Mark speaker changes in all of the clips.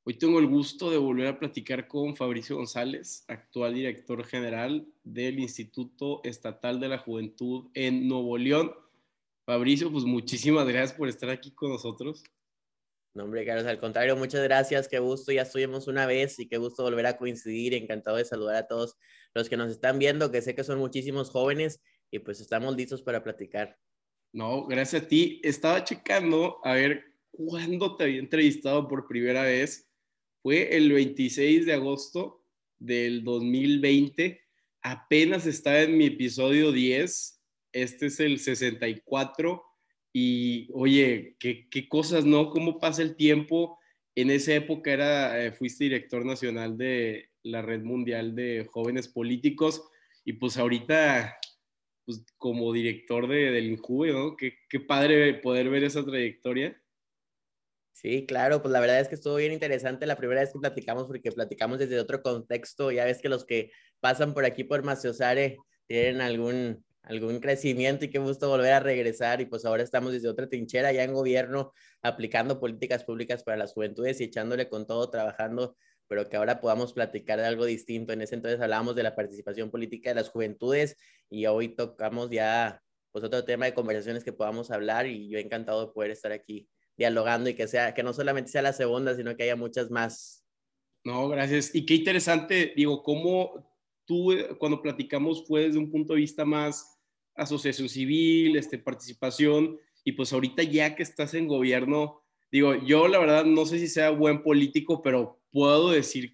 Speaker 1: Hoy tengo el gusto de volver a platicar con Fabricio González, actual director general del Instituto Estatal de la Juventud en Nuevo León. Fabricio, pues muchísimas gracias por estar aquí con nosotros.
Speaker 2: No, hombre, Carlos, al contrario, muchas gracias, qué gusto, ya estuvimos una vez y qué gusto volver a coincidir, encantado de saludar a todos los que nos están viendo, que sé que son muchísimos jóvenes y pues estamos listos para platicar.
Speaker 1: No, gracias a ti. Estaba checando a ver cuándo te había entrevistado por primera vez. Fue el 26 de agosto del 2020. Apenas estaba en mi episodio 10. Este es el 64. Y oye, qué cosas, ¿no? ¿Cómo pasa el tiempo? En esa época fuiste director nacional de la Red Mundial de Jóvenes Políticos. Y pues ahorita pues, como director del INJUVE, ¿no? Qué padre poder ver esa trayectoria.
Speaker 2: Sí, claro, pues la verdad es que estuvo bien interesante la primera vez que platicamos porque platicamos desde otro contexto, ya ves que los que pasan por aquí por Maciosare tienen algún crecimiento y qué gusto volver a regresar y pues ahora estamos desde otra trinchera ya en gobierno aplicando políticas públicas para las juventudes y echándole con todo, trabajando, pero que ahora podamos platicar de algo distinto. En ese entonces hablábamos de la participación política de las juventudes y hoy tocamos ya pues otro tema de conversaciones que podamos hablar y yo encantado de poder estar aquí dialogando y que no solamente sea la segunda, sino que haya muchas más.
Speaker 1: No, gracias. Y qué interesante, digo, cómo tú cuando platicamos fue desde un punto de vista más asociación civil, participación, y pues ahorita ya que estás en gobierno, digo, yo la verdad no sé si sea buen político, pero puedo decir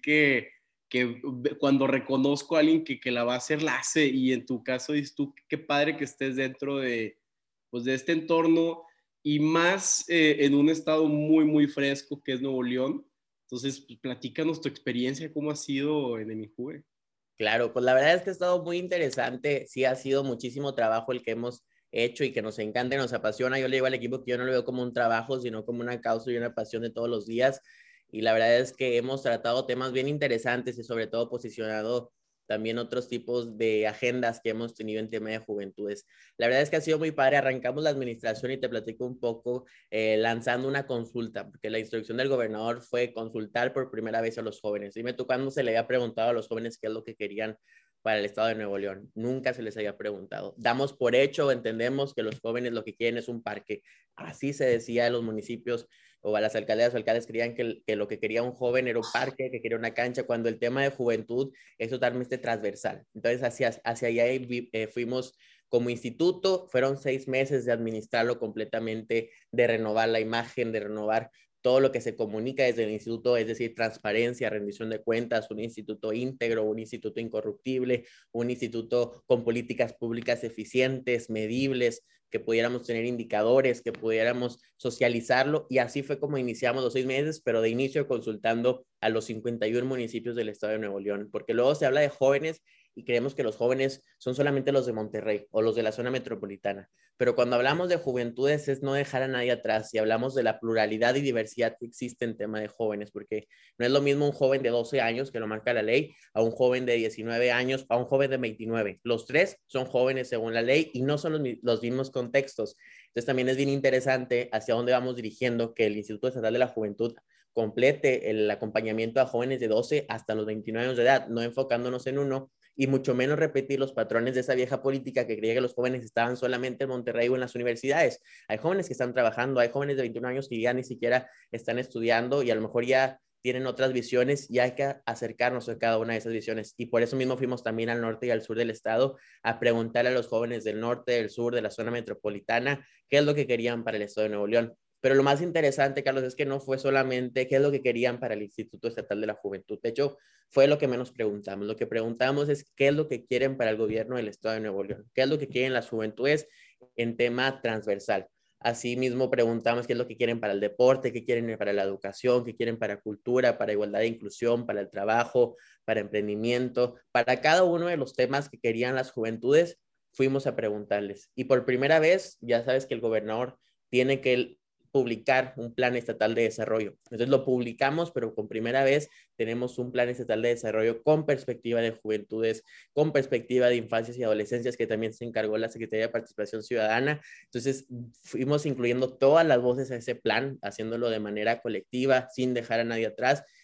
Speaker 1: que cuando reconozco a alguien que la va a hacer, la hace, y en tu caso dices tú, qué padre que estés dentro pues, de este entorno, y más en un estado muy, muy fresco que es Nuevo León. Entonces, pues, platícanos tu experiencia, cómo ha sido en el INJUVE.
Speaker 2: Claro, pues la verdad es que ha estado muy interesante, sí ha sido muchísimo trabajo el que hemos hecho y que nos encanta y nos apasiona. Yo le digo al equipo que yo no lo veo como un trabajo, sino como una causa y una pasión de todos los días. Y la verdad es que hemos tratado temas bien interesantes y sobre todo posicionado también otros tipos de agendas que hemos tenido en tema de juventudes. La verdad es que ha sido muy padre. Arrancamos la administración y te platico un poco lanzando una consulta, porque la instrucción del gobernador fue consultar por primera vez a los jóvenes. Dime tú cuándo se le había preguntado a los jóvenes qué es lo que querían para el estado de Nuevo León. Nunca se les había preguntado. Damos por hecho, entendemos que los jóvenes lo que quieren es un parque. Así se decía en los municipios o a las alcaldías o alcaldes creían que lo que quería un joven era un parque, que quería una cancha, cuando el tema de juventud es totalmente transversal. Entonces, hacia allá fuimos como instituto, fueron 6 meses de administrarlo completamente, de renovar la imagen, de renovar todo lo que se comunica desde el instituto, es decir, transparencia, rendición de cuentas, un instituto íntegro, un instituto incorruptible, un instituto con políticas públicas eficientes, medibles, que pudiéramos tener indicadores, que pudiéramos socializarlo, y así fue como iniciamos los 6 meses, pero de inicio consultando a los 51 municipios del estado de Nuevo León, porque luego se habla de jóvenes y creemos que los jóvenes son solamente los de Monterrey o los de la zona metropolitana. Pero cuando hablamos de juventudes es no dejar a nadie atrás y hablamos de la pluralidad y diversidad que existe en tema de jóvenes, porque no es lo mismo un joven de 12 años que lo marca la ley a un joven de 19 años, a un joven de 29. Los tres son jóvenes según la ley y no son los mismos contextos. Entonces también es bien interesante hacia dónde vamos dirigiendo que el Instituto Estatal de la Juventud complete el acompañamiento a jóvenes de 12 hasta los 29 años de edad, no enfocándonos en uno, y mucho menos repetir los patrones de esa vieja política que creía que los jóvenes estaban solamente en Monterrey o en las universidades. Hay jóvenes que están trabajando, hay jóvenes de 21 años que ya ni siquiera están estudiando y a lo mejor ya tienen otras visiones y hay que acercarnos a cada una de esas visiones. Y por eso mismo fuimos también al norte y al sur del estado a preguntarle a los jóvenes del norte, del sur, de la zona metropolitana, qué es lo que querían para el estado de Nuevo León. Pero lo más interesante, Carlos, es que no fue solamente qué es lo que querían para el Instituto Estatal de la Juventud. De hecho, fue lo que menos preguntamos. Lo que preguntamos es qué es lo que quieren para el gobierno del Estado de Nuevo León, qué es lo que quieren las juventudes en tema transversal. Asimismo, preguntamos qué es lo que quieren para el deporte, qué quieren para la educación, qué quieren para cultura, para igualdad e inclusión, para el trabajo, para emprendimiento. Para cada uno de los temas que querían las juventudes, fuimos a preguntarles. Y por primera vez, ya sabes que el gobernador tiene que publicar un plan estatal de desarrollo. Entonces lo publicamos, pero con primera vez tenemos un plan estatal de desarrollo con perspectiva de juventudes, con perspectiva de infancias y adolescencias, que también se encargó la Secretaría de Participación Ciudadana. Entonces fuimos incluyendo todas las voces a ese plan, haciéndolo de manera colectiva, sin dejar a nadie atrás.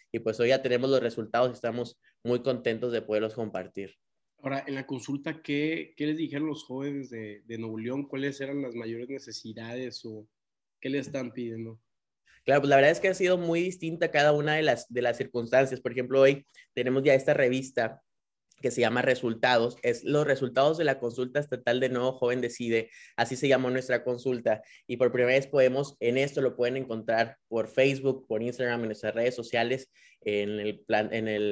Speaker 2: y pues hoy ya tenemos los resultados y estamos muy contentos de poderlos compartir.
Speaker 1: Ahora, en la consulta, ¿qué les dijeron los jóvenes de Nuevo León? ¿Cuáles eran las mayores necesidades o qué le están pidiendo?
Speaker 2: Claro, pues la verdad es que ha sido muy distinta cada una de las circunstancias. Por ejemplo, hoy tenemos ya esta revista que se llama Resultados, es los resultados de la consulta estatal de Nuevo Joven Decide, así se llamó nuestra consulta, y por primera vez podemos, en esto lo pueden encontrar por Facebook, por Instagram, en nuestras redes sociales, en el plan,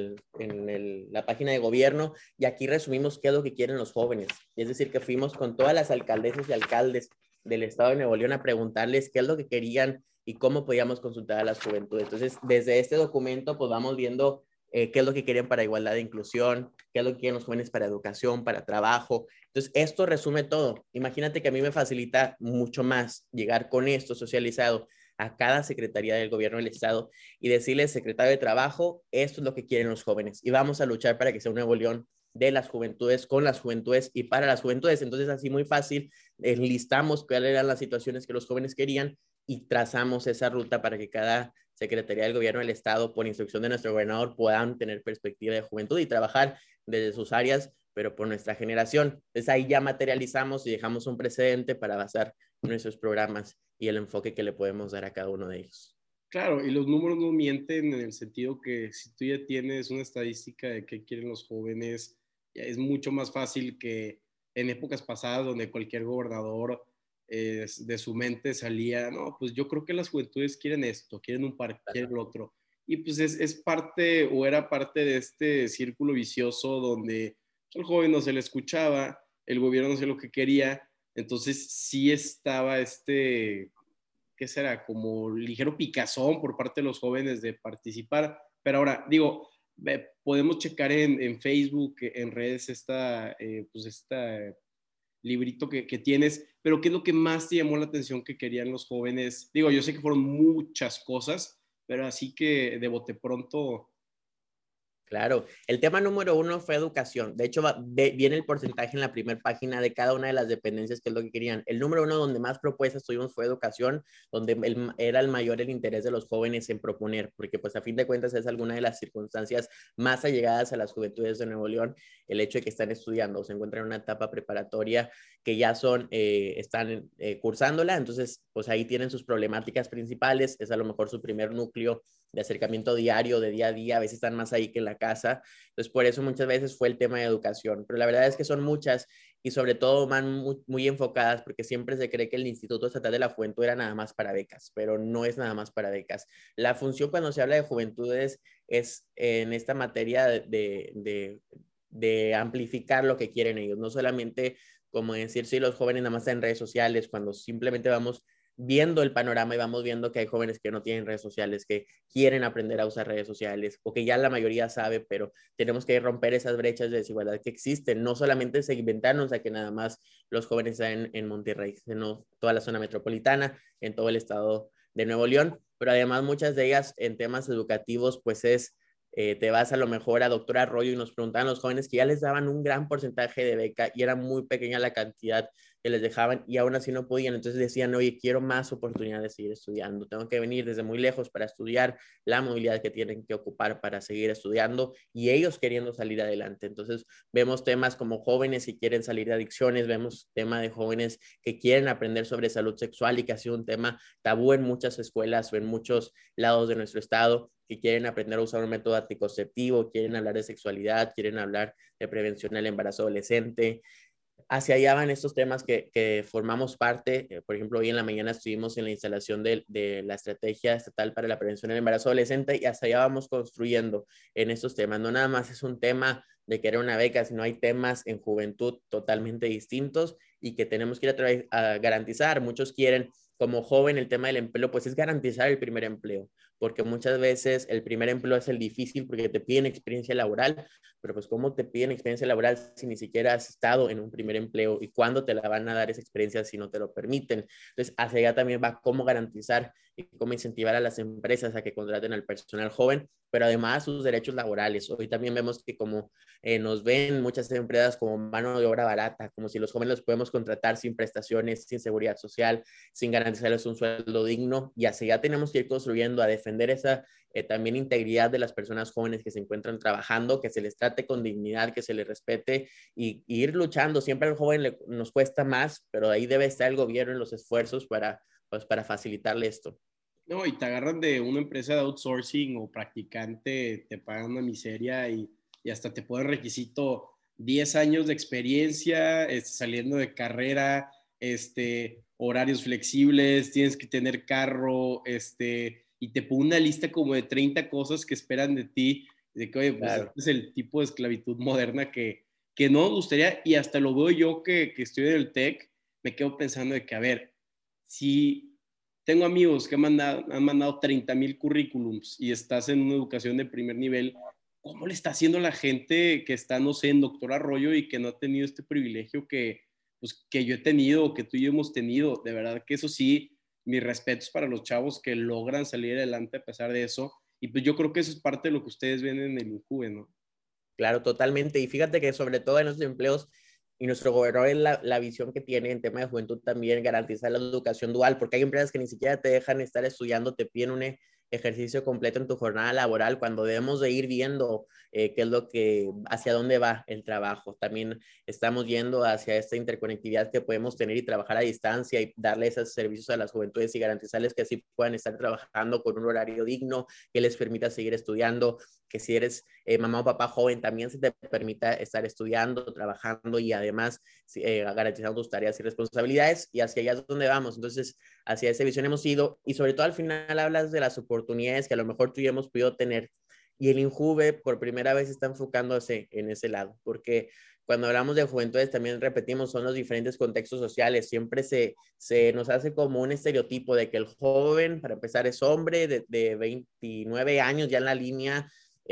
Speaker 2: la página de gobierno, y aquí resumimos qué es lo que quieren los jóvenes, es decir, que fuimos con todas las alcaldesas y alcaldes del estado de Nuevo León a preguntarles qué es lo que querían y cómo podíamos consultar a las juventudes. Entonces, desde este documento, pues vamos viendo qué es lo que quieren para igualdad e inclusión, qué es lo que quieren los jóvenes para educación, para trabajo. Entonces, esto resume todo. Imagínate que a mí me facilita mucho más llegar con esto socializado a cada secretaría del gobierno del estado y decirle, secretario de trabajo, esto es lo que quieren los jóvenes y vamos a luchar para que sea un Nuevo León de las juventudes, con las juventudes y para las juventudes. Entonces, así muy fácil, enlistamos cuáles eran las situaciones que los jóvenes querían y trazamos esa ruta para que cada Secretaría del Gobierno del Estado, por instrucción de nuestro gobernador, puedan tener perspectiva de juventud y trabajar desde sus áreas, pero por nuestra generación. Entonces ahí ya materializamos y dejamos un precedente para basar nuestros programas y el enfoque que le podemos dar a cada uno de ellos.
Speaker 1: Claro, y los números no mienten en el sentido que si tú ya tienes una estadística de qué quieren los jóvenes, ya es mucho más fácil que en épocas pasadas donde cualquier gobernador de su mente salía, no, pues yo creo que las juventudes quieren esto, quieren un parque, quieren lo otro. Y pues es parte o era parte de este círculo vicioso donde al joven no se le escuchaba, el gobierno no hacía lo que quería, entonces sí estaba ¿qué será? Como ligero picazón por parte de los jóvenes de participar. Pero ahora, digo, podemos checar en Facebook, en redes, pues librito que tienes, pero ¿qué es lo que más te llamó la atención que querían los jóvenes? Digo, yo sé que fueron muchas cosas, pero así que de bote pronto.
Speaker 2: Claro, el tema número uno fue educación. De hecho, viene el porcentaje en la primera página de cada una de las dependencias, que es lo que querían. El número uno donde más propuestas tuvimos fue educación, donde era el mayor el interés de los jóvenes en proponer, porque pues a fin de cuentas es alguna de las circunstancias más allegadas a las juventudes de Nuevo León, el hecho de que están estudiando o se encuentran en una etapa preparatoria que ya están cursándola, entonces pues ahí tienen sus problemáticas principales, es a lo mejor su primer núcleo de acercamiento diario, de día a día, a veces están más ahí que en la casa. Entonces, por eso muchas veces fue el tema de educación. Pero la verdad es que son muchas y sobre todo van muy enfocadas porque siempre se cree que el Instituto Estatal de la Juventud era nada más para becas, pero no es nada más para becas. La función cuando se habla de juventudes es en esta materia de amplificar lo que quieren ellos, no solamente como decir, si los jóvenes nada más están en redes sociales, cuando simplemente vamos viendo el panorama y vamos viendo que hay jóvenes que no tienen redes sociales, que quieren aprender a usar redes sociales o que ya la mayoría sabe, pero tenemos que romper esas brechas de desigualdad que existen. No solamente segmentarnos a que nada más los jóvenes están en Monterrey, sino toda la zona metropolitana, en todo el estado de Nuevo León, pero además muchas de ellas en temas educativos, pues te vas a lo mejor a Doctor Arroyo y nos preguntaban los jóvenes que ya les daban un gran porcentaje de beca y era muy pequeña la cantidad que les dejaban y aún así no podían. Entonces decían, oye, quiero más oportunidades de seguir estudiando. Tengo que venir desde muy lejos para estudiar, la movilidad que tienen que ocupar para seguir estudiando y ellos queriendo salir adelante. Entonces vemos temas como jóvenes que quieren salir de adicciones, vemos tema de jóvenes que quieren aprender sobre salud sexual y que ha sido un tema tabú en muchas escuelas o en muchos lados de nuestro estado, que quieren aprender a usar un método anticonceptivo, quieren hablar de sexualidad, quieren hablar de prevención del embarazo adolescente. Hacia allá van estos temas que formamos parte. Por ejemplo, hoy en la mañana estuvimos en la instalación de la Estrategia Estatal para la Prevención del Embarazo Adolescente y hacia allá vamos construyendo en estos temas. No nada más es un tema de querer una beca, sino hay temas en juventud totalmente distintos y que tenemos que ir a garantizar. Muchos quieren, como joven, el tema del empleo, pues es garantizar el primer empleo, porque muchas veces el primer empleo es el difícil porque te piden experiencia laboral, pero pues ¿cómo te piden experiencia laboral si ni siquiera has estado en un primer empleo? ¿Y cuándo te la van a dar esa experiencia si no te lo permiten? Entonces, hacia allá también va cómo garantizar y cómo incentivar a las empresas a que contraten al personal joven, pero además sus derechos laborales. Hoy también vemos que como nos ven muchas empresas como mano de obra barata, como si los jóvenes los podemos contratar sin prestaciones, sin seguridad social, sin garantizarles un sueldo digno, y hacia allá tenemos que ir construyendo a defender esa también integridad de las personas jóvenes que se encuentran trabajando, que se les trate con dignidad, que se les respete y ir luchando. Siempre al joven nos cuesta más, pero ahí debe estar el gobierno en los esfuerzos para facilitarle esto.
Speaker 1: No, y te agarran de una empresa de outsourcing o practicante, te pagan una miseria y hasta te ponen requisito 10 años de experiencia, saliendo de carrera, horarios flexibles, tienes que tener carro, y te pone una lista como de 30 cosas que esperan de ti, de que, oye, pues
Speaker 2: Claro.
Speaker 1: este es el tipo de esclavitud moderna que no me gustaría, y hasta lo veo yo que estoy en el TEC, me quedo pensando de que, a ver, si tengo amigos que han mandado 30,000 currículums y estás en una educación de primer nivel, ¿cómo le está haciendo la gente que está, no sé, en Doctor Arroyo y que no ha tenido este privilegio pues, que yo he tenido, que tú y yo hemos tenido? De verdad que eso sí, mis respetos para los chavos que logran salir adelante a pesar de eso. Y pues yo creo que eso es parte de lo que ustedes ven en el INJUVE, ¿no?
Speaker 2: Claro, totalmente. Y fíjate que sobre todo en los empleos y nuestro gobernador es la visión que tiene en tema de juventud también garantizar la educación dual, porque hay empresas que ni siquiera te dejan estar estudiando, te piden un ejercicio completo en tu jornada laboral cuando debemos de ir viendo qué es lo que, hacia dónde va el trabajo. También estamos yendo hacia esta interconectividad que podemos tener y trabajar a distancia y darle esos servicios a las juventudes y garantizarles que así puedan estar trabajando con un horario digno que les permita seguir estudiando, que si eres mamá o papá joven también se te permita estar estudiando, trabajando y además garantizando tus tareas y responsabilidades, y hacia allá es donde vamos. Entonces, hacia esa visión hemos ido, y sobre todo al final hablas de las oportunidades que a lo mejor tú y yo hemos podido tener, y el INJUVE por primera vez está enfocándose en ese lado, porque cuando hablamos de juventudes también repetimos, son los diferentes contextos sociales, siempre se nos hace como un estereotipo de que el joven, para empezar, es hombre de 29 años ya en la línea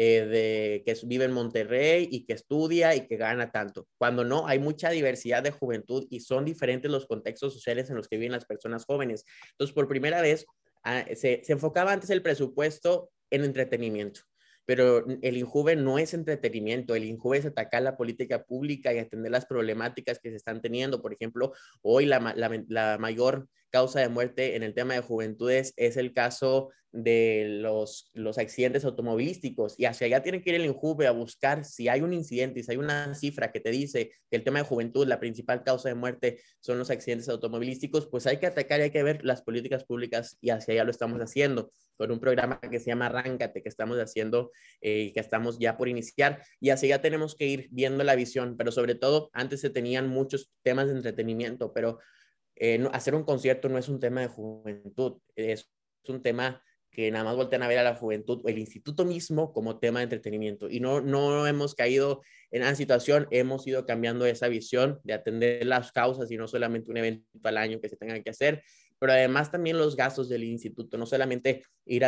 Speaker 2: de que vive en Monterrey y que estudia y que gana tanto. Cuando no, hay mucha diversidad de juventud y son diferentes los contextos sociales en los que viven las personas jóvenes. Entonces, por primera vez, se enfocaba antes el presupuesto en entretenimiento. Pero el INJUVE no es entretenimiento, el INJUVE es atacar la política pública y atender las problemáticas que se están teniendo. Por ejemplo, hoy la mayor causa de muerte en el tema de juventudes es el caso de los accidentes automovilísticos, y hacia allá tienen que ir el INJUVE a buscar si hay un incidente y si hay una cifra que te dice que el tema de juventud, la principal causa de muerte son los accidentes automovilísticos, pues hay que atacar y hay que ver las políticas públicas, y hacia allá lo estamos haciendo con un programa que se llama Arráncate, que estamos haciendo y que estamos ya por iniciar, y así ya tenemos que ir viendo la visión, pero sobre todo antes se tenían muchos temas de entretenimiento, pero hacer un concierto no es un tema de juventud, es un tema que nada más voltean a ver a la juventud o el instituto mismo como tema de entretenimiento, y no hemos caído en esa situación, hemos ido cambiando esa visión de atender las causas y no solamente un evento al año que se tenga que hacer, pero además también los gastos del instituto, no solamente ir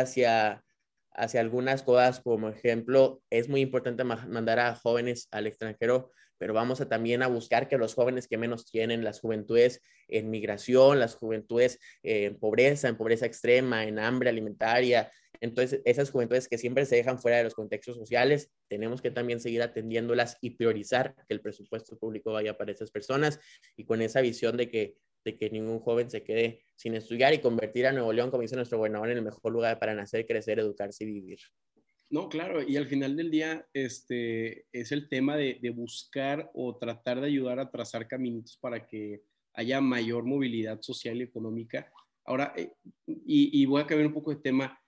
Speaker 2: hacia algunas cosas, como ejemplo, es muy importante mandar a jóvenes al extranjero, pero vamos a también a buscar que los jóvenes que menos tienen, las juventudes en migración, las juventudes en pobreza extrema, en hambre alimentaria, entonces esas juventudes que siempre se dejan fuera de los contextos sociales, tenemos que también seguir atendiéndolas y priorizar que el presupuesto público vaya para esas personas, y con esa visión de que ningún joven se quede sin estudiar y convertir a Nuevo León, como dice nuestro gobernador, en el mejor lugar para nacer, crecer, educarse y vivir.
Speaker 1: No, claro, y al final del día es el tema de buscar o tratar de ayudar a trazar caminitos para que haya mayor movilidad social y económica. Ahora, y voy a cambiar un poco de tema.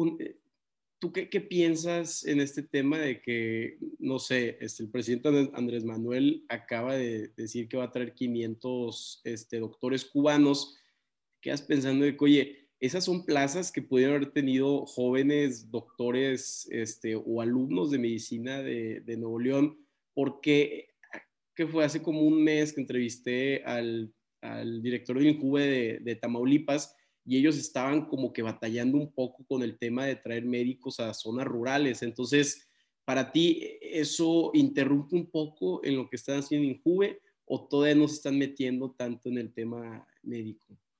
Speaker 1: ¿Tú qué piensas en este tema de que, no sé, el presidente Andrés Manuel acaba de decir que va a traer 500 doctores cubanos? Quedas pensando de que, oye, esas son plazas que pudieron haber tenido jóvenes doctores o alumnos de medicina de Nuevo León, porque que fue hace como un mes que entrevisté al director del INJUVE de Tamaulipas, y ellos estaban como que batallando un poco con el tema de traer médicos a zonas rurales. Entonces, para ti, ¿eso interrumpe un poco en lo que están haciendo en INJUVE o todavía no se están metiendo tanto en el tema médico?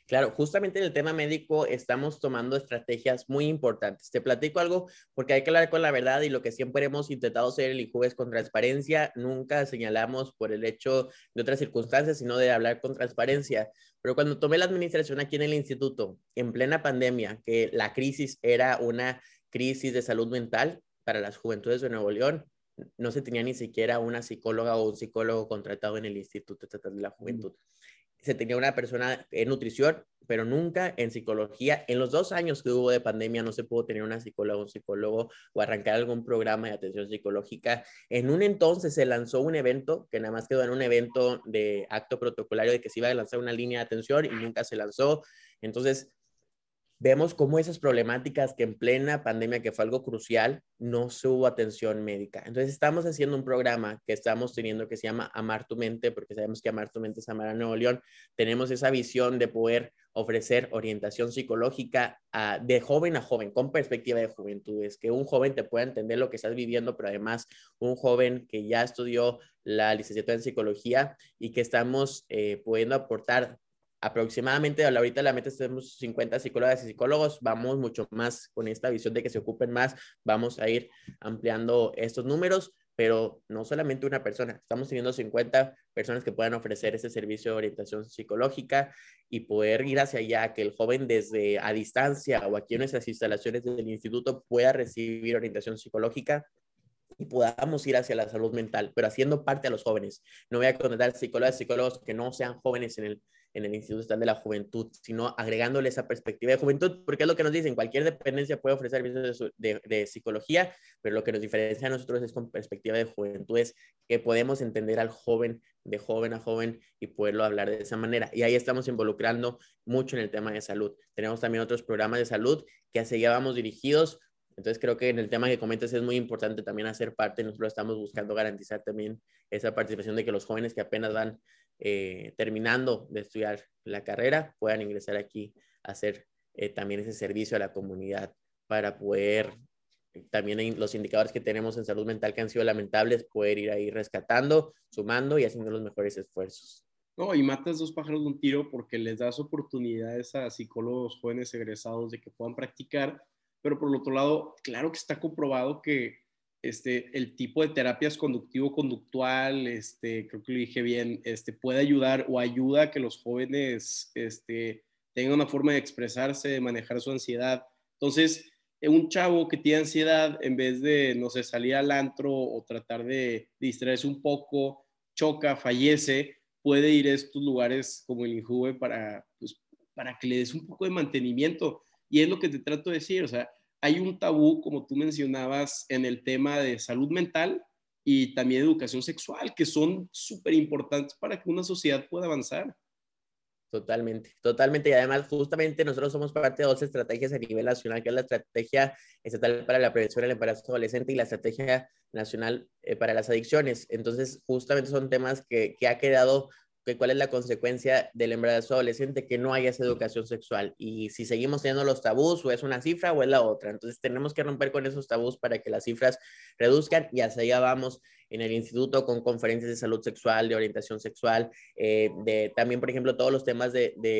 Speaker 2: Claro, justamente en el tema médico estamos tomando estrategias muy importantes. Te platico algo porque hay que hablar con la verdad y lo que siempre hemos intentado hacer el IJUV es con transparencia. Nunca señalamos por el hecho de otras circunstancias, sino de hablar con transparencia. Pero cuando tomé la administración aquí en el instituto, en plena pandemia, que la crisis era una crisis de salud mental para las juventudes de Nuevo León, no se tenía ni siquiera una psicóloga o un psicólogo contratado en el Instituto Estatal de la Juventud. Se tenía una persona en nutrición, pero nunca en psicología. En los 2 años que hubo de pandemia no se pudo tener una psicóloga o un psicólogo o arrancar algún programa de atención psicológica. En un entonces se lanzó un evento que nada más quedó en un evento de acto protocolario de que se iba a lanzar una línea de atención y nunca se lanzó. Entonces, vemos cómo esas problemáticas que en plena pandemia, que fue algo crucial, no se hubo atención médica. Entonces estamos haciendo un programa que estamos teniendo que se llama Amar tu Mente, porque sabemos que Amar tu Mente es amar a Nuevo León. Tenemos esa visión de poder ofrecer orientación psicológica de joven a joven, con perspectiva de juventudes, que un joven te pueda entender lo que estás viviendo, pero además un joven que ya estudió la licenciatura en psicología y que estamos pudiendo aportar aproximadamente, ahorita la meta tenemos 50 psicólogas y psicólogos, vamos mucho más con esta visión de que se ocupen más, vamos a ir ampliando estos números, pero no solamente una persona, estamos teniendo 50 personas que puedan ofrecer ese servicio de orientación psicológica y poder ir hacia allá, que el joven desde a distancia o aquí en nuestras instalaciones del instituto pueda recibir orientación psicológica y podamos ir hacia la salud mental, pero haciendo parte a los jóvenes. No voy a contratar psicólogas y psicólogos que no sean jóvenes en el Instituto Estatal de la Juventud, sino agregándole esa perspectiva de juventud, porque es lo que nos dicen, cualquier dependencia puede ofrecer servicios de psicología, pero lo que nos diferencia a nosotros es con perspectiva de juventud, es que podemos entender al joven de joven a joven y poderlo hablar de esa manera. Y ahí estamos involucrando mucho en el tema de salud. Tenemos también otros programas de salud que hacia allá vamos dirigidos. Entonces creo que en el tema que comentas es muy importante también hacer parte. Nosotros estamos buscando garantizar también esa participación de que los jóvenes que apenas van terminando de estudiar la carrera puedan ingresar aquí a hacer también ese servicio a la comunidad para poder también los indicadores que tenemos en salud mental que han sido lamentables, poder ir ahí rescatando, sumando y haciendo los mejores esfuerzos.
Speaker 1: No, y matas dos pájaros de un tiro porque les das oportunidades a psicólogos jóvenes egresados de que puedan practicar, pero por el otro lado, claro que está comprobado que el tipo de terapias conductivo-conductual, creo que lo dije bien, puede ayudar o ayuda a que los jóvenes tengan una forma de expresarse, de manejar su ansiedad. Entonces, un chavo que tiene ansiedad, en vez de, no sé, salir al antro o tratar de distraerse un poco, choca, fallece, puede ir a estos lugares como el INJUVE pues, para que le des un poco de mantenimiento. Y es lo que te trato de decir, o sea, hay un tabú, como tú mencionabas, en el tema de salud mental y también educación sexual, que son súper importantes para que una sociedad pueda avanzar.
Speaker 2: Totalmente, totalmente. Y además, justamente nosotros somos parte de dos estrategias a nivel nacional, que es la Estrategia Estatal para la Prevención del Embarazo Adolescente y la Estrategia Nacional para las Adicciones. Entonces, justamente son temas que ha quedado, que cuál es la consecuencia del embarazo adolescente, que no haya esa educación sexual. Y si seguimos teniendo los tabús, o es una cifra o es la otra. Entonces, tenemos que romper con esos tabús para que las cifras reduzcan y hacia allá vamos en el instituto con conferencias de salud sexual, de orientación sexual, también, por ejemplo, todos los temas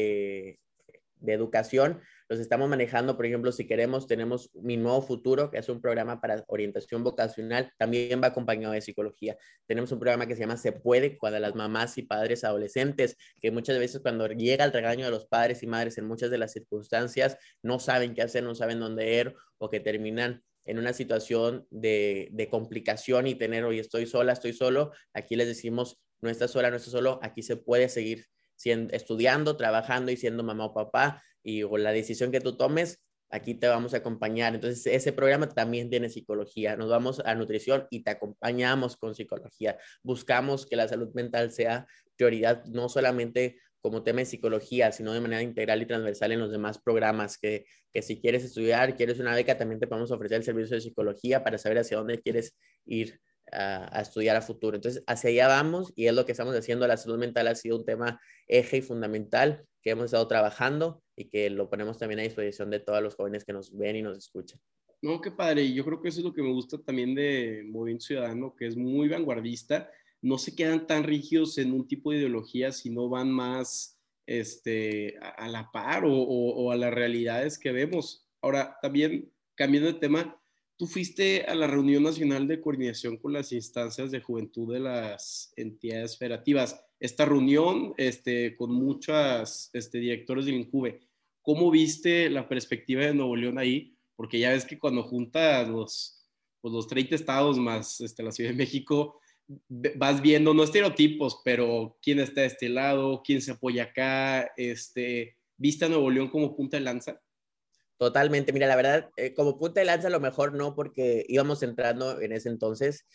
Speaker 2: de educación los estamos manejando. Por ejemplo, si queremos, tenemos Mi Nuevo Futuro, que es un programa para orientación vocacional, también va acompañado de psicología. Tenemos un programa que se llama Se Puede, cuando las mamás y padres adolescentes, que muchas veces cuando llega el regaño de los padres y madres en muchas de las circunstancias, no saben qué hacer, no saben dónde ir, o que terminan en una situación de complicación y tener, hoy estoy sola, estoy solo, aquí les decimos, no estás sola, no estás solo, aquí se puede seguir estudiando, trabajando y siendo mamá o papá, y o la decisión que tú tomes, aquí te vamos a acompañar. Entonces, ese programa también tiene psicología. Nos vamos a nutrición y te acompañamos con psicología. Buscamos que la salud mental sea prioridad, no solamente como tema de psicología, sino de manera integral y transversal en los demás programas, que si quieres estudiar, quieres una beca, también te podemos ofrecer el servicio de psicología para saber hacia dónde quieres ir a estudiar a futuro. Entonces, hacia allá vamos y es lo que estamos haciendo. La salud mental ha sido un tema eje y fundamental que hemos estado trabajando y que lo ponemos también a disposición de todos los jóvenes que nos ven y nos escuchan.
Speaker 1: No, qué padre. Y yo creo que eso es lo que me gusta también de Movimiento Ciudadano, que es muy vanguardista. No se quedan tan rígidos en un tipo de ideología, sino van más a la par o a las realidades que vemos. Ahora, también cambiando de tema, tú fuiste a la reunión nacional de coordinación con las instancias de juventud de las entidades federativas. Esta reunión con muchos directores del INJUVE. ¿Cómo viste la perspectiva de Nuevo León ahí? Porque ya ves que cuando juntas los 30 estados más la Ciudad de México, vas viendo, no estereotipos, pero quién está de este lado, quién se apoya acá, ¿viste a Nuevo León como punta de lanza?
Speaker 2: Totalmente, mira, la verdad, como punta de lanza a lo mejor no, porque íbamos entrando en ese entonces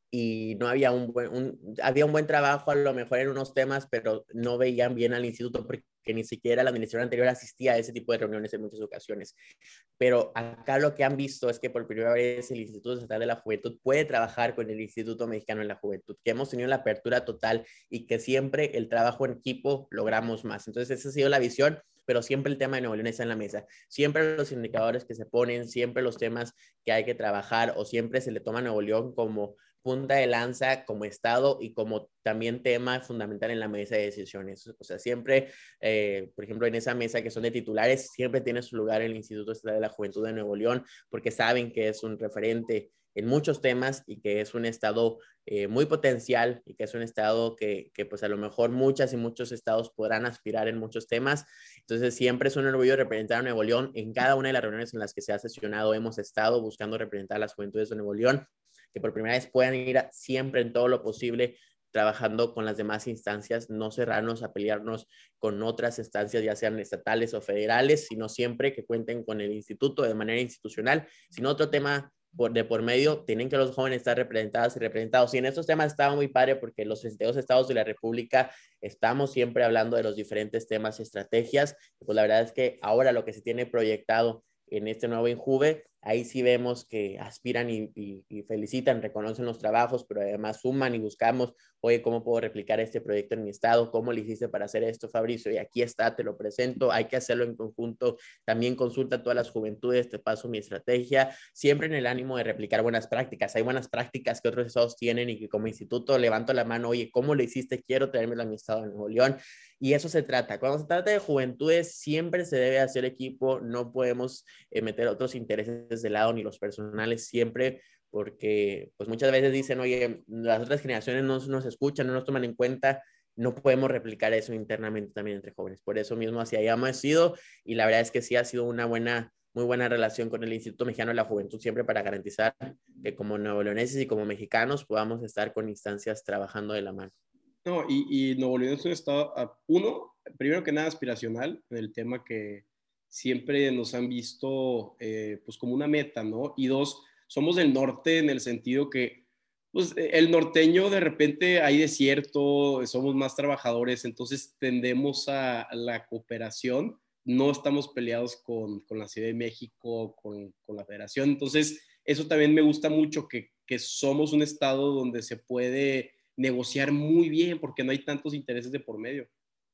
Speaker 2: y no había había un buen trabajo a lo mejor en unos temas, pero no veían bien al instituto porque ni siquiera la administración anterior asistía a ese tipo de reuniones en muchas ocasiones. Pero acá lo que han visto es que por primera vez el Instituto Estatal de la Juventud puede trabajar con el Instituto Mexicano de la Juventud, que hemos tenido la apertura total y que siempre el trabajo en equipo logramos más. Entonces esa ha sido la visión, pero siempre el tema de Nuevo León está en la mesa. Siempre los indicadores que se ponen, siempre los temas que hay que trabajar o siempre se le toma a Nuevo León como punta de lanza como Estado y como también tema fundamental en la mesa de decisiones. O sea, siempre, por ejemplo, en esa mesa que son de titulares, siempre tiene su lugar el Instituto Estatal de la Juventud de Nuevo León, porque saben que es un referente en muchos temas y que es un estado muy potencial y que es un estado que pues a lo mejor muchas y muchos estados podrán aspirar en muchos temas. Entonces siempre es un orgullo representar a Nuevo León. En cada una de las reuniones en las que se ha sesionado hemos estado buscando representar a las juventudes de Nuevo León, que por primera vez puedan ir siempre en todo lo posible trabajando con las demás instancias, no cerrarnos a pelearnos con otras instancias, ya sean estatales o federales, sino siempre que cuenten con el instituto de manera institucional. Sino otro tema de por medio, tienen que los jóvenes estar representados y representados. Y en estos temas estaba muy padre porque los 32 estados de la República estamos siempre hablando de los diferentes temas y estrategias. Pues la verdad es que ahora lo que se tiene proyectado en este nuevo INJUVE, ahí sí vemos que aspiran y felicitan, reconocen los trabajos, pero además suman y buscamos, oye, ¿cómo puedo replicar este proyecto en mi estado? ¿Cómo le hiciste para hacer esto, Fabricio? Y aquí está, te lo presento, hay que hacerlo en conjunto, también consulta a todas las juventudes, te paso mi estrategia, siempre en el ánimo de replicar buenas prácticas. Hay buenas prácticas que otros estados tienen y que como instituto levanto la mano, oye, ¿cómo lo hiciste? Quiero traérmelo a mi estado de Nuevo León. Y eso se trata. Cuando se trata de juventudes, siempre se debe hacer equipo, no podemos meter otros intereses de lado ni los personales siempre, porque pues muchas veces dicen, oye, las otras generaciones no nos escuchan, no nos toman en cuenta, no podemos replicar eso internamente también entre jóvenes. Por eso mismo hacia allá hemos ido y la verdad es que sí ha sido una muy buena relación con el Instituto Mexicano de la Juventud, siempre para garantizar que como neoleoneses y como mexicanos podamos estar con instancias trabajando de la mano.
Speaker 1: No, y Nuevo León es un estado, uno, primero que nada aspiracional, en el tema que siempre nos han visto pues como una meta, ¿no? Y dos, somos del norte en el sentido que pues el norteño de repente hay desierto, somos más trabajadores, entonces tendemos a la cooperación, no estamos peleados con la Ciudad de México, con la Federación, entonces eso también me gusta mucho, que somos un estado donde se puede negociar muy bien porque no hay tantos intereses de por medio.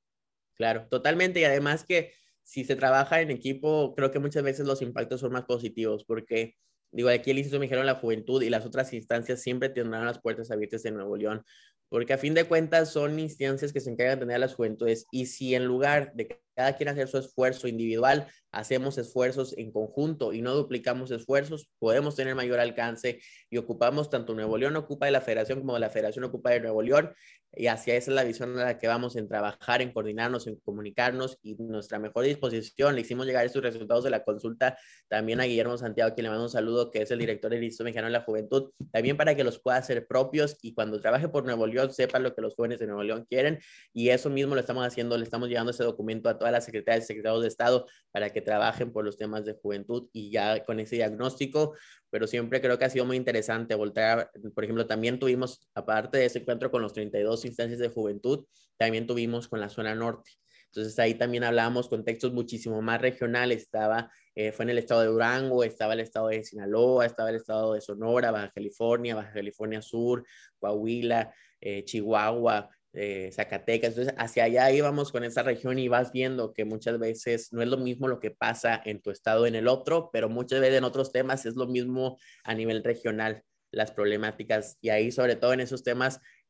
Speaker 2: Claro, totalmente. Y además que si se trabaja en equipo, creo que muchas veces los impactos son más positivos, porque digo, aquí el Instituto Mexicano de la Juventud y las otras instancias siempre tendrán las puertas abiertas en Nuevo León, porque a fin de cuentas son instancias que se encargan de tener a las juventudes y si en lugar de que cada quien hacer su esfuerzo individual, hacemos esfuerzos en conjunto y no duplicamos esfuerzos, podemos tener mayor alcance y ocupamos tanto Nuevo León ocupa de la Federación como la Federación ocupa de Nuevo León y hacia esa es la visión a la que vamos en trabajar, en coordinarnos, en comunicarnos y nuestra mejor disposición. Le hicimos llegar estos resultados de la consulta también a Guillermo Santiago, quien le mando un saludo, que es el director del Instituto Mexicano de la Juventud, también para que los pueda hacer propios y cuando trabaje por Nuevo León sepa lo que los jóvenes de Nuevo León quieren y eso mismo lo estamos haciendo, le estamos llevando ese documento a todas las secretarias y secretarios de Estado para que trabajen por los temas de juventud y ya con ese diagnóstico, pero siempre creo que ha sido muy interesante voltear, por ejemplo, también tuvimos, aparte de ese encuentro con los 32 instancias de juventud, también tuvimos con la zona norte. Entonces ahí también hablábamos contextos muchísimo más regionales, fue en el estado de Durango, estaba el estado de Sinaloa, estaba el estado de Sonora, Baja California Sur, Coahuila, Chihuahua, Zacatecas. Entonces, hacia allá íbamos con esa región y vas viendo que muchas veces no es lo mismo lo que pasa en tu estado en el otro, pero muchas veces en otros temas es lo mismo a nivel regional, las problemáticas. Y ahí, sobre todo en esos temas,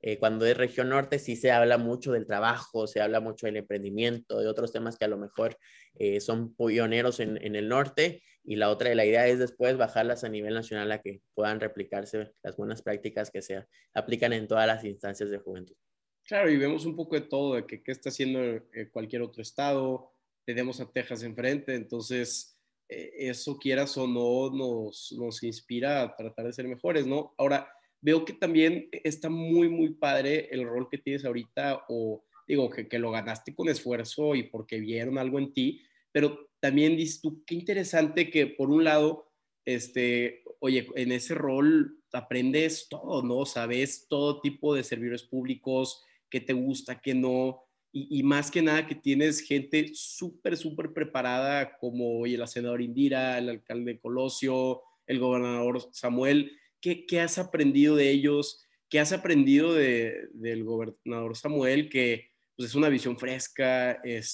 Speaker 2: Cuando es región norte sí se habla mucho del trabajo, se habla mucho del emprendimiento, de otros temas que a lo mejor son pioneros en el norte, y la idea es después bajarlas a nivel nacional a que puedan replicarse las buenas prácticas que se aplican en todas las instancias de juventud.
Speaker 1: Claro, y vemos un poco de todo, de que qué está haciendo cualquier otro estado, tenemos a Texas enfrente, entonces eso quieras o no nos inspira a tratar de ser mejores, ¿no? Ahora, veo que también está muy, muy padre el rol que tienes ahorita, o digo, que lo ganaste con esfuerzo y porque vieron algo en ti, pero también dices tú, qué interesante que por un lado, oye, en ese rol aprendes todo, ¿no? Sabes todo tipo de servidores públicos, qué te gusta, qué no, y más que nada que tienes gente súper, súper preparada como oye, la senadora Indira, el alcalde Colosio, el gobernador Samuel. ¿Qué has aprendido de ellos? ¿Qué has aprendido del gobernador Samuel? Que pues, es una visión fresca,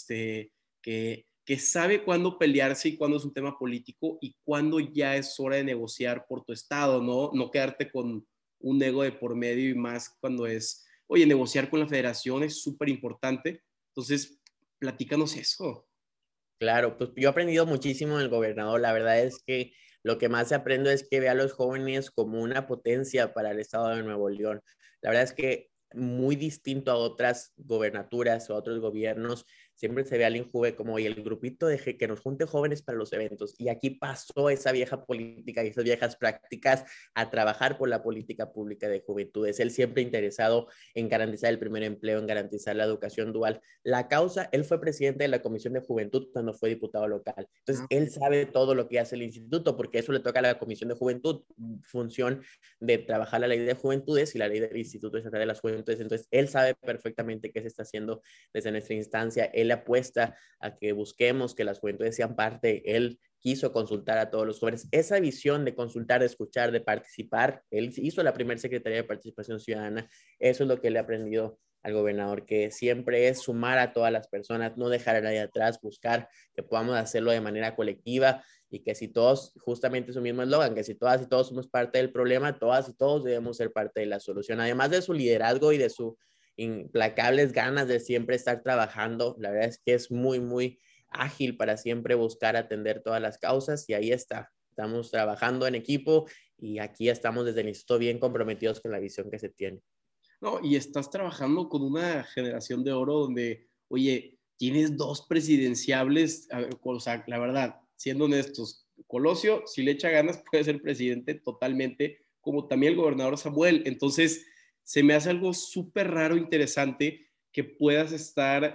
Speaker 1: que sabe cuándo pelearse y cuándo es un tema político y cuándo ya es hora de negociar por tu estado, ¿no? No quedarte con un ego de por medio y más cuando es oye, negociar con la federación es súper importante. Entonces, platícanos eso.
Speaker 2: Claro, pues yo he aprendido muchísimo del gobernador. La verdad es que lo que más aprendo es que ve a los jóvenes como una potencia para el estado de Nuevo León. La verdad es que muy distinto a otras gobernaturas o a otros gobiernos, siempre se ve al INJUVE como y el grupito de que nos junte jóvenes para los eventos. Y aquí pasó esa vieja política y esas viejas prácticas a trabajar por la política pública de juventudes. Él siempre interesado en garantizar el primer empleo, en garantizar la educación dual. La causa, él fue presidente de la Comisión de Juventud cuando fue diputado local. Entonces, él sabe todo lo que hace el instituto, porque eso le toca a la Comisión de Juventud, función de trabajar la ley de juventudes y la ley del Instituto Estatal de las Juventudes. Entonces, él sabe perfectamente qué se está haciendo desde nuestra instancia. Él apuesta a que busquemos que las juventudes sean parte. Él quiso consultar a todos los jóvenes. Esa visión de consultar, de escuchar, de participar, él hizo la primera Secretaría de Participación Ciudadana. Eso es lo que él ha aprendido al gobernador, que siempre es sumar a todas las personas, no dejar a nadie atrás, buscar que podamos hacerlo de manera colectiva y que si todos, justamente su mismo eslogan, que si todas y todos somos parte del problema, todas y todos debemos ser parte de la solución. Además de su liderazgo y de sus implacables ganas de siempre estar trabajando, la verdad es que es muy, muy ágil para siempre buscar atender todas las causas y ahí está. Estamos trabajando en equipo y aquí estamos desde el instituto bien comprometidos con la visión que se tiene.
Speaker 1: No, y estás trabajando con una generación de oro donde, oye, tienes dos presidenciables, o sea, la verdad, siendo honestos, Colosio, si le echa ganas, puede ser presidente totalmente, como también el gobernador Samuel. Entonces, se me hace algo súper raro, interesante, que puedas estar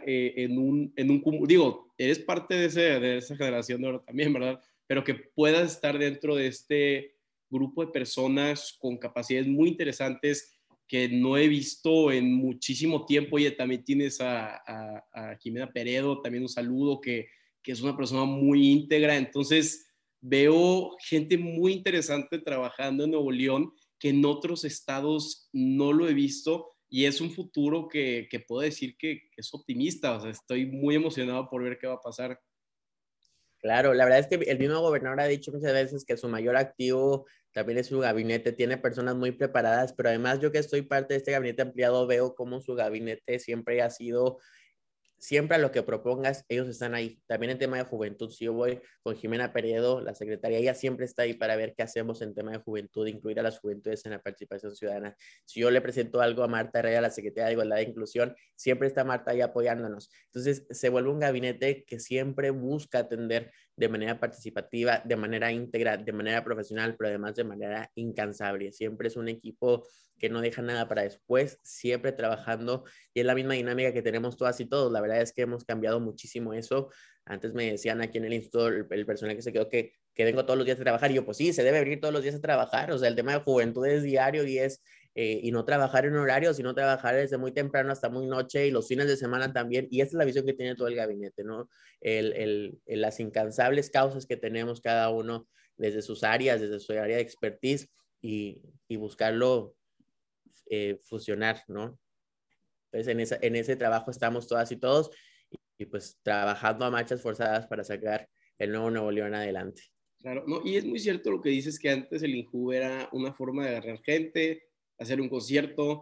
Speaker 1: digo, eres parte de esa generación de oro también, ¿verdad? Pero que puedas estar dentro de este grupo de personas con capacidades muy interesantes que no he visto en muchísimo tiempo. Oye, también tienes a Jimena Peredo, también un saludo, que es una persona muy íntegra. Entonces, veo gente muy interesante trabajando en Nuevo León que en otros estados no lo he visto y es un futuro que puedo decir que es optimista. O sea, estoy muy emocionado por ver qué va a pasar.
Speaker 2: Claro, la verdad es que el mismo gobernador ha dicho muchas veces que su mayor activo también es su gabinete, tiene personas muy preparadas, pero además yo que estoy parte de este gabinete ampliado veo cómo su gabinete siempre ha sido siempre a lo que propongas, ellos están ahí. También en tema de juventud, si yo voy con Jimena Peredo, la secretaria, ella siempre está ahí para ver qué hacemos en tema de juventud, incluir a las juventudes en la participación ciudadana. Si yo le presento algo a Marta Herrera, la secretaria de Igualdad e Inclusión, siempre está Marta ahí apoyándonos. Entonces, se vuelve un gabinete que siempre busca atender de manera participativa, de manera íntegra, de manera profesional, pero además de manera incansable. Siempre es un equipo que no deja nada para después, siempre trabajando y es la misma dinámica que tenemos todas y todos. La verdad es que hemos cambiado muchísimo eso. Antes me decían aquí en el instituto, el personal que se quedó que vengo todos los días a trabajar y yo, pues sí, se debe venir todos los días a trabajar. O sea, el tema de juventud es diario y no trabajar en horario, sino trabajar desde muy temprano hasta muy noche y los fines de semana también. Y esa es la visión que tiene todo el gabinete, ¿no? Las incansables causas que tenemos cada uno desde sus áreas, desde su área de expertise y buscarlo fusionar, ¿no? Entonces, en ese trabajo estamos todas y todos y pues trabajando a marchas forzadas para sacar el nuevo Nuevo León adelante.
Speaker 1: Claro, no, y es muy cierto lo que dices que antes el Inju era una forma de agarrar gente, hacer un concierto,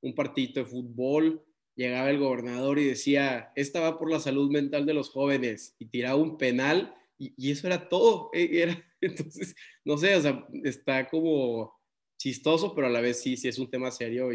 Speaker 1: un partidito de fútbol, llegaba el gobernador y decía, esta va por la salud mental de los jóvenes, y tiraba un penal, y eso era todo. Entonces, no sé, o sea, está como chistoso, pero a la vez sí es un tema serio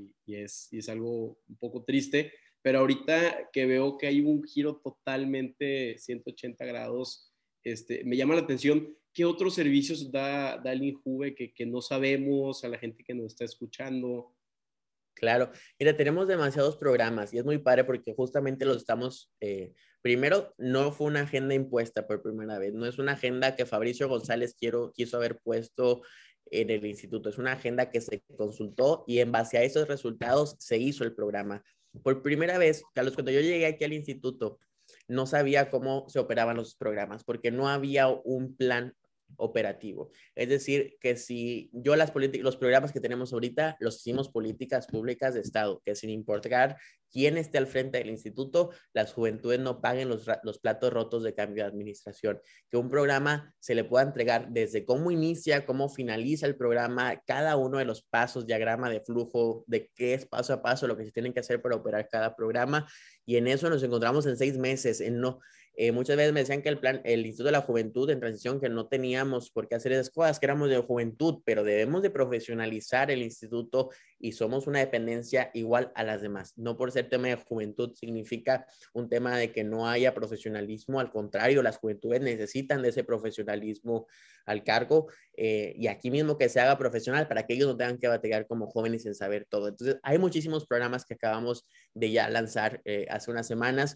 Speaker 1: y es algo un poco triste. Pero ahorita que veo que hay un giro totalmente 180 grados, me llama la atención qué otros servicios da el INJUVE que no sabemos, a la gente que nos está escuchando.
Speaker 2: Claro, mira, tenemos demasiados programas y es muy padre porque justamente los estamos, primero, no fue una agenda impuesta por primera vez, no es una agenda que Fabricio González quiso haber puesto en el instituto, es una agenda que se consultó y en base a esos resultados se hizo el programa. Por primera vez, Carlos, cuando yo llegué aquí al instituto, no sabía cómo se operaban los programas porque no había un plan operativo. Es decir, que si yo los programas que tenemos ahorita los hicimos políticas públicas de Estado, que sin importar quién esté al frente del instituto, las juventudes no paguen los platos rotos de cambio de administración, que un programa se le pueda entregar desde cómo inicia, cómo finaliza el programa, cada uno de los pasos, diagrama de flujo, de qué es paso a paso lo que se tienen que hacer para operar cada programa, y en eso nos encontramos en 6 meses, en no muchas veces me decían que el Instituto de la Juventud en transición, que no teníamos por qué hacer esas cosas, que éramos de juventud, pero debemos de profesionalizar el instituto y somos una dependencia igual a las demás. No por ser tema de juventud significa un tema de que no haya profesionalismo, al contrario, las juventudes necesitan de ese profesionalismo al cargo y aquí mismo que se haga profesional para que ellos no tengan que batallar como jóvenes sin saber todo. Entonces, hay muchísimos programas que acabamos de ya lanzar hace unas semanas.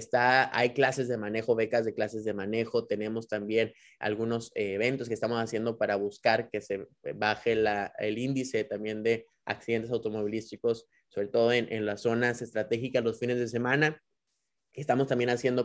Speaker 2: Hay clases de manejo, becas de clases de manejo, tenemos también algunos eventos que estamos haciendo para buscar que se baje el índice también de accidentes automovilísticos, sobre todo en las zonas estratégicas los fines de semana. Estamos también haciendo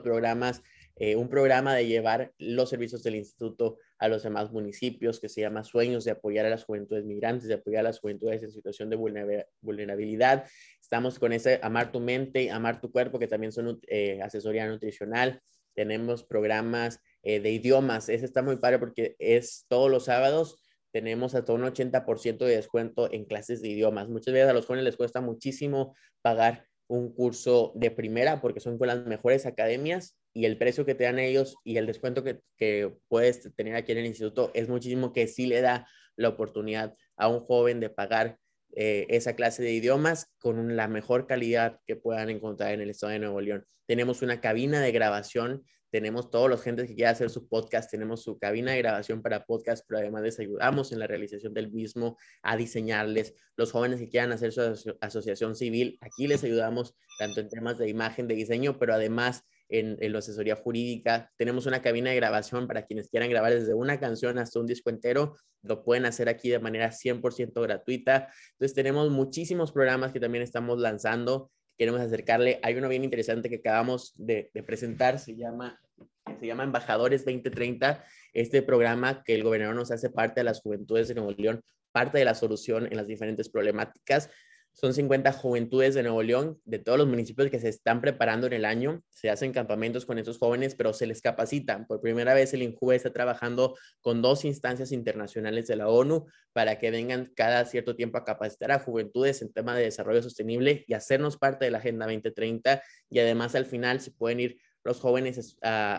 Speaker 2: un programa de llevar los servicios del instituto a los demás municipios que se llama Sueños, de apoyar a las juventudes migrantes, de apoyar a las juventudes en situación de vulnerabilidad. Estamos con ese Amar tu mente, Amar tu cuerpo, que también son asesoría nutricional. Tenemos programas de idiomas. Ese está muy padre porque es todos los sábados. Tenemos hasta un 80% de descuento en clases de idiomas. Muchas veces a los jóvenes les cuesta muchísimo pagar un curso de primera porque son con las mejores academias y el precio que te dan ellos y el descuento que puedes tener aquí en el instituto es muchísimo, que sí le da la oportunidad a un joven de pagar esa clase de idiomas con la mejor calidad que puedan encontrar en el estado de Nuevo León. Tenemos una cabina de grabación, tenemos todos los gentes que quieran hacer su podcast, tenemos su cabina de grabación para podcast, pero además les ayudamos en la realización del mismo, a diseñarles. Los jóvenes que quieran hacer su asociación civil, aquí les ayudamos tanto en temas de imagen, de diseño, pero además en la asesoría jurídica. Tenemos una cabina de grabación para quienes quieran grabar desde una canción hasta un disco entero, lo pueden hacer aquí de manera 100% gratuita. Entonces tenemos muchísimos programas que también estamos lanzando, queremos acercarle. Hay uno bien interesante que acabamos de presentar, se llama Embajadores 2030, este programa que el gobernador nos hace parte de las juventudes de Nuevo León, parte de la solución en las diferentes problemáticas. Son 50 juventudes de Nuevo León, de todos los municipios que se están preparando en el año. Se hacen campamentos con esos jóvenes, pero se les capacitan. Por primera vez el INJUVE está trabajando con 2 instancias internacionales de la ONU para que vengan cada cierto tiempo a capacitar a juventudes en tema de desarrollo sostenible y hacernos parte de la Agenda 2030. Y además al final se pueden ir los jóvenes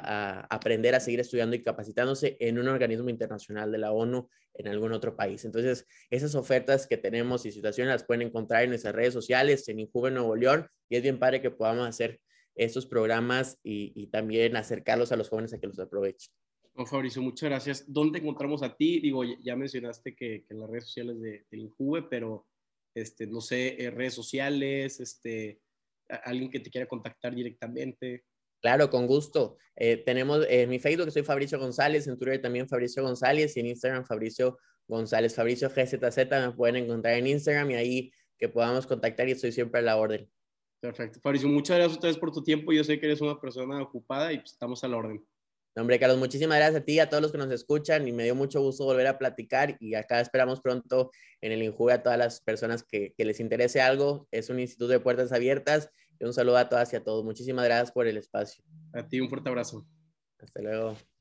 Speaker 2: a aprender a seguir estudiando y capacitándose en un organismo internacional de la ONU en algún otro país. Entonces, esas ofertas que tenemos y situaciones las pueden encontrar en nuestras redes sociales, en INJUVE Nuevo León, y es bien padre que podamos hacer estos programas y también acercarlos a los jóvenes a que los aprovechen.
Speaker 1: No, Fabricio, muchas gracias. ¿Dónde encontramos a ti? Digo, ya mencionaste que en las redes sociales de INJUVE, pero no sé, redes sociales, alguien que te quiera contactar directamente.
Speaker 2: Claro, con gusto. Tenemos en mi Facebook, soy Fabricio González, en Twitter también Fabricio González y en Instagram Fabricio González, Fabricio GZZ, me pueden encontrar en Instagram y ahí que podamos contactar y estoy siempre a la orden.
Speaker 1: Perfecto. Fabricio, muchas gracias otra vez por tu tiempo. Yo sé que eres una persona ocupada y pues estamos a la orden.
Speaker 2: Hombre, Carlos, muchísimas gracias a ti y a todos los que nos escuchan y me dio mucho gusto volver a platicar y acá esperamos pronto en el INJUVE a todas las personas que les interese algo. Es un instituto de puertas abiertas y un saludo a todas y a todos. Muchísimas gracias por el espacio.
Speaker 1: A ti un fuerte abrazo.
Speaker 2: Hasta luego.